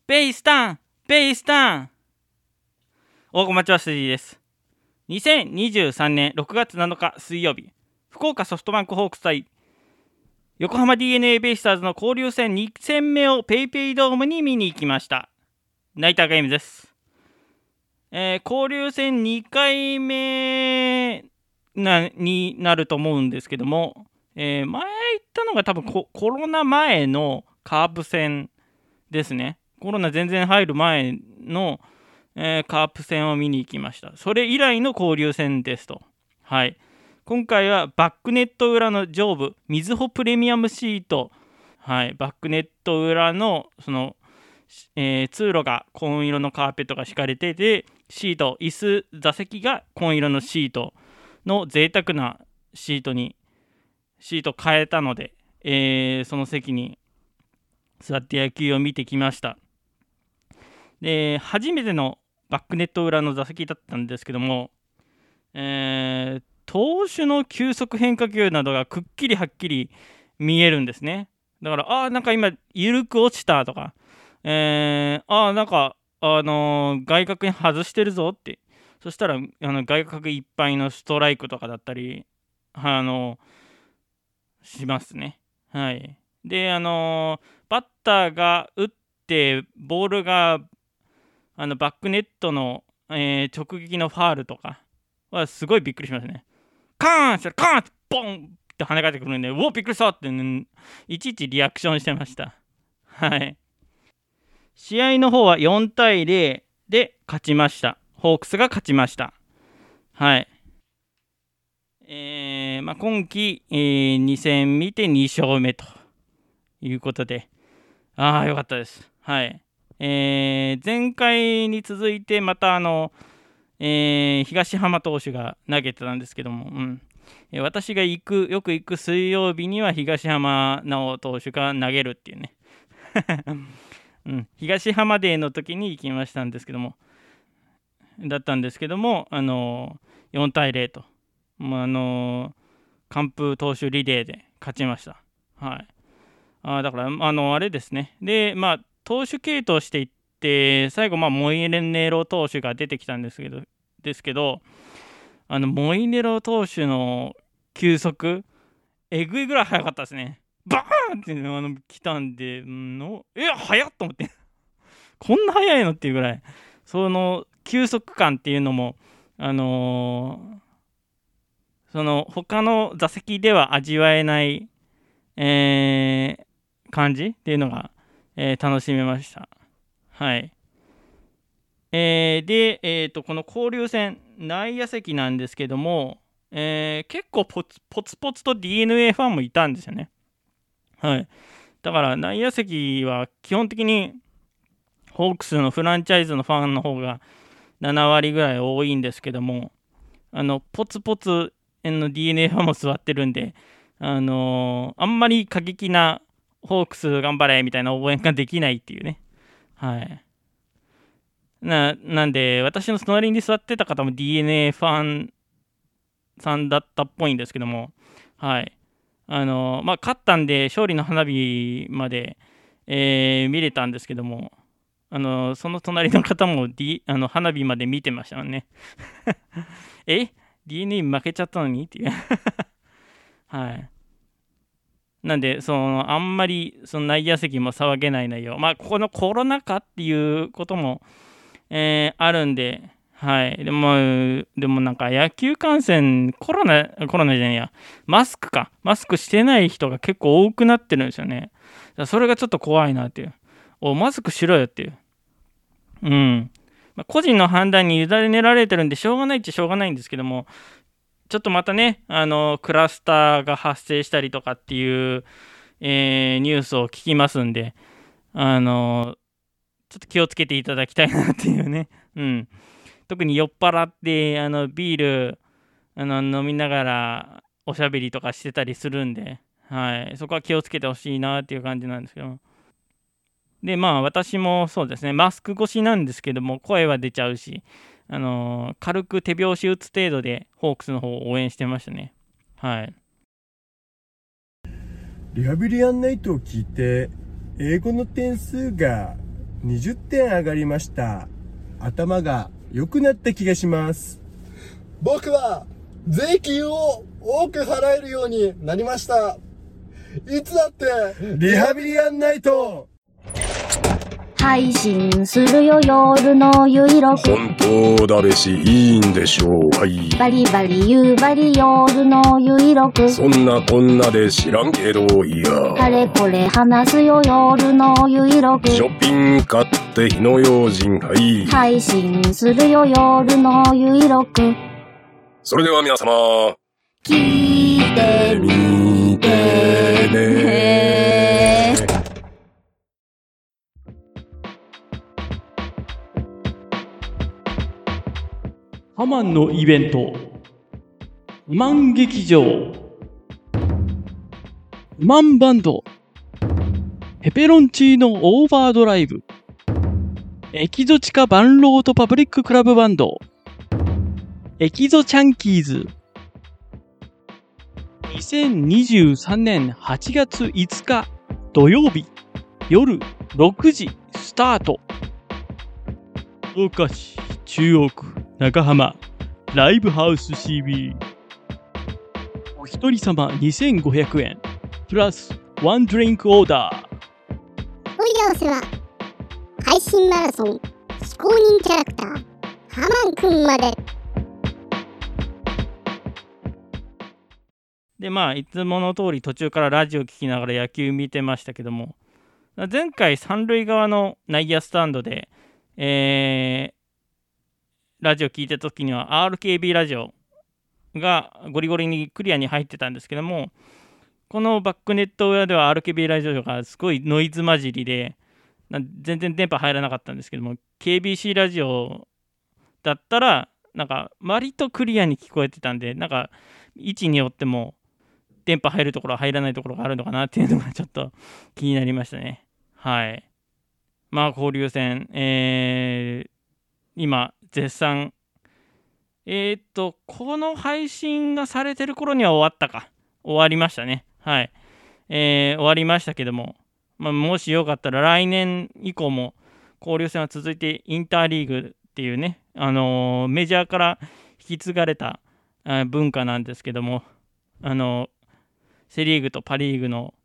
ベイスタン大駒町は辻です。2023年6月7日水曜日、福岡ソフトバンクホークス対横浜 DNA ベイスターズの交流戦2戦目をペイペイドームに見に行きました。ナイターゲームです。交流戦2回目になると思うんですけども、前言ったのが多分コロナ前のカープ戦ですね。コロナ全然入る前の、カープ戦を見に行きました。それ以来の交流戦ですと。はい。今回はバックネット裏の上部、みずほプレミアムシート、はい、バックネット裏のその、通路が紺色のカーペットが敷かれてて、シート、椅子、座席が紺色のシートの贅沢なシート変えたので、その席に座って野球を見てきました。で、初めてのバックネット裏の座席だったんですけども、投手の球速変化球などがくっきりはっきり見えるんですね。だからなんか今緩く落ちたとか、なんか外角に外してるぞって、そしたら外角いっぱいのストライクとかだったりしますね。はい。でバッターが打ってボールがバックネットの、直撃のファールとかはすごいびっくりしますね。カーンしたらカーンってボンって跳ね返ってくるんで、うおびっくりしたって、いちいちリアクションしてました。はい。試合の方は4対0で勝ちました。ホークスが勝ちました。はい。今季、2戦見て2勝目ということで、よかったです。はい。前回に続いてまた東浜投手が投げてたんですけども、私がよく行く水曜日には東浜直投手が投げるっていうね、東浜デーの時に行きましたんですけども、4対0と、完封投手リレーで勝ちました。はい。だからあれですね。で投手継投していって最後モイネロ投手が出てきたんですけどモイネロ投手の球速えぐいぐらい速かったですね。バーンって来たんで速っと思ってこんな速いのっていうぐらい、その球速感っていうのもその他の座席では味わえない、感じっていうのが、楽しめました。はい。で、この交流戦内野席なんですけども、結構ポツポツと DNA ファンもいたんですよね。はい。だから内野席は基本的にホークスのフランチャイズのファンの方が7割ぐらい多いんですけども、ポツポツの DNA ファンも座ってるんで、あんまり過激なホークス頑張れみたいな応援ができないっていうね。はい。なんで、私の隣に座ってた方も DNA ファンさんだったっぽいんですけども、はい。勝ったんで、勝利の花火まで、見れたんですけども、その隣の方も、花火まで見てましたね。DNA 負けちゃったのにっていうはい。なんであんまりその内野席も騒げない内容、ここのコロナ禍っていうことも、あるんで、はい。でもなんか野球観戦コロナじゃないや、マスクしてない人が結構多くなってるんですよね。それがちょっと怖いなっていう。マスクしろよっていう。個人の判断に委ねられてるんでしょうがないっちゃしょうがないんですけども、ちょっとまたねクラスターが発生したりとかっていう、ニュースを聞きますんでちょっと気をつけていただきたいなっていうね。特に酔っ払ってビール飲みながらおしゃべりとかしてたりするんで、はい、そこは気をつけてほしいなっていう感じなんですけど。で私もそうですね、マスク越しなんですけども声は出ちゃうし、軽く手拍子打つ程度でホークスの方を応援してましたね。はい。 リハビリアンナイトを聞いて英語の点数が 20点上がりました。頭が良くなった気がします。 僕は税金を多く払えるようになりました。いつだってリハビリやんないと。 配信するよ夜のゆいろく。 本当だべしいいんでしょう。はい。 バリバリ夕張夜のゆいろく。 そんなこんなで知らんけどいや。 あれこれ話すよ夜のゆいろく。 ショッピング買って火の用心。はい。 配信するよ夜のゆいろく。 それでは皆様聞いてみてね。 ハマンのイベント、ウマン劇場、ウマンバンド、ペペロンチーノオーバードライブ、エキゾチカバンロートパブリッククラブバンド、エキゾチャンキーズ、2023年8月5日土曜日夜6時スタート。福岡市中央区中浜ライブハウス CB。 お一人様2500円プラスワンドリンクオーダー。 問い合わせは配信マラソン非公認キャラクターハマンくんまで。 でいつもの通り途中からラジオ聞きながら野球見てましたけども、前回三塁側の内野スタンドでラジオ聞いた時には RKB ラジオがゴリゴリにクリアに入ってたんですけども、このバックネット裏では RKB ラジオがすごいノイズ混じりで全然電波入らなかったんですけども、 KBC ラジオだったら割とクリアに聞こえてたんで、位置によっても電波入るところ入らないところがあるのかなっていうのがちょっと気になりましたね。はい。交流戦、今絶賛この配信がされてる頃には終わりましたね。はい。終わりましたけども、もしよかったら来年以降も交流戦は続いてインターリーグっていうね、メジャーから引き継がれた文化なんですけども、セリーグとパリーグの、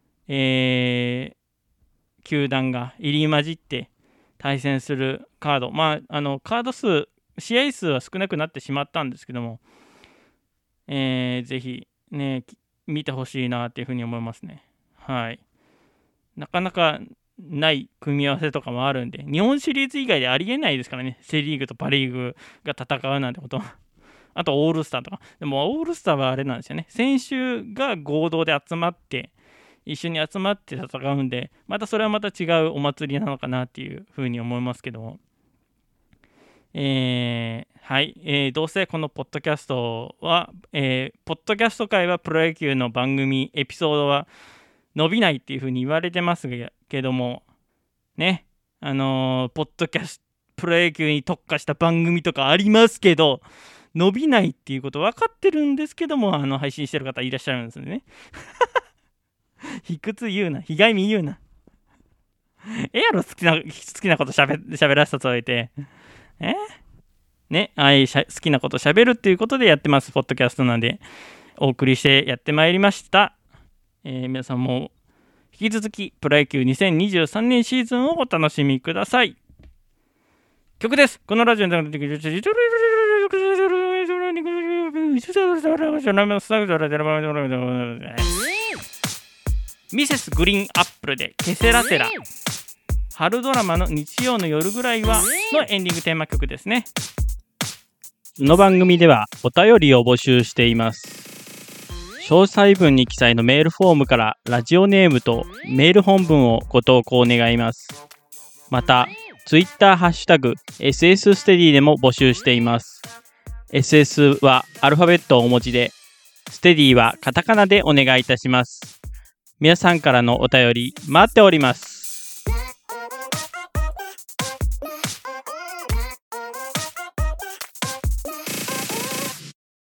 球団が入り混じって対戦するカード、カード数、試合数は少なくなってしまったんですけども、ぜひね見てほしいなっていうふうに思いますね。はい。なかなかない組み合わせとかもあるんで、日本シリーズ以外でありえないですからね、セリーグとパリーグが戦うなんてことは。あとオールスターとか。でもオールスターはあれなんですよね、選手が合同で集まって一緒に集まって戦うんで、またそれはまた違うお祭りなのかなっていうふうに思いますけども、はい、どうせこのポッドキャストは、ポッドキャスト界はプロ野球の番組エピソードは伸びないっていうふうに言われてますけどもね、ポッドキャストプロ野球に特化した番組とかありますけど、伸びないっていうこと分かってるんですけども、配信してる方いらっしゃるんですよね。卑屈言うな、ひがみ言うな。やろ、好きなこと喋らせたといて。ね、好きなこと喋るっていうことでやってます、ポッドキャストなんで、お送りしてやってまいりました。皆さんも引き続きプロ野球2023年シーズンをお楽しみください。曲です。このラジオにミセスグリーンアップルでケセラセラ、春ドラマの日曜の夜ぐらいはのエンディングテーマ曲ですね。この番組ではお便りを募集しています。詳細文に記載のメールフォームからラジオネームとメール本文をご投稿願います。またツイッターハッシュタグ SS ステディでも募集しています。 SS はアルファベット大文字で、ステディはカタカナでお願いいたします。皆さんからのお便り待っております。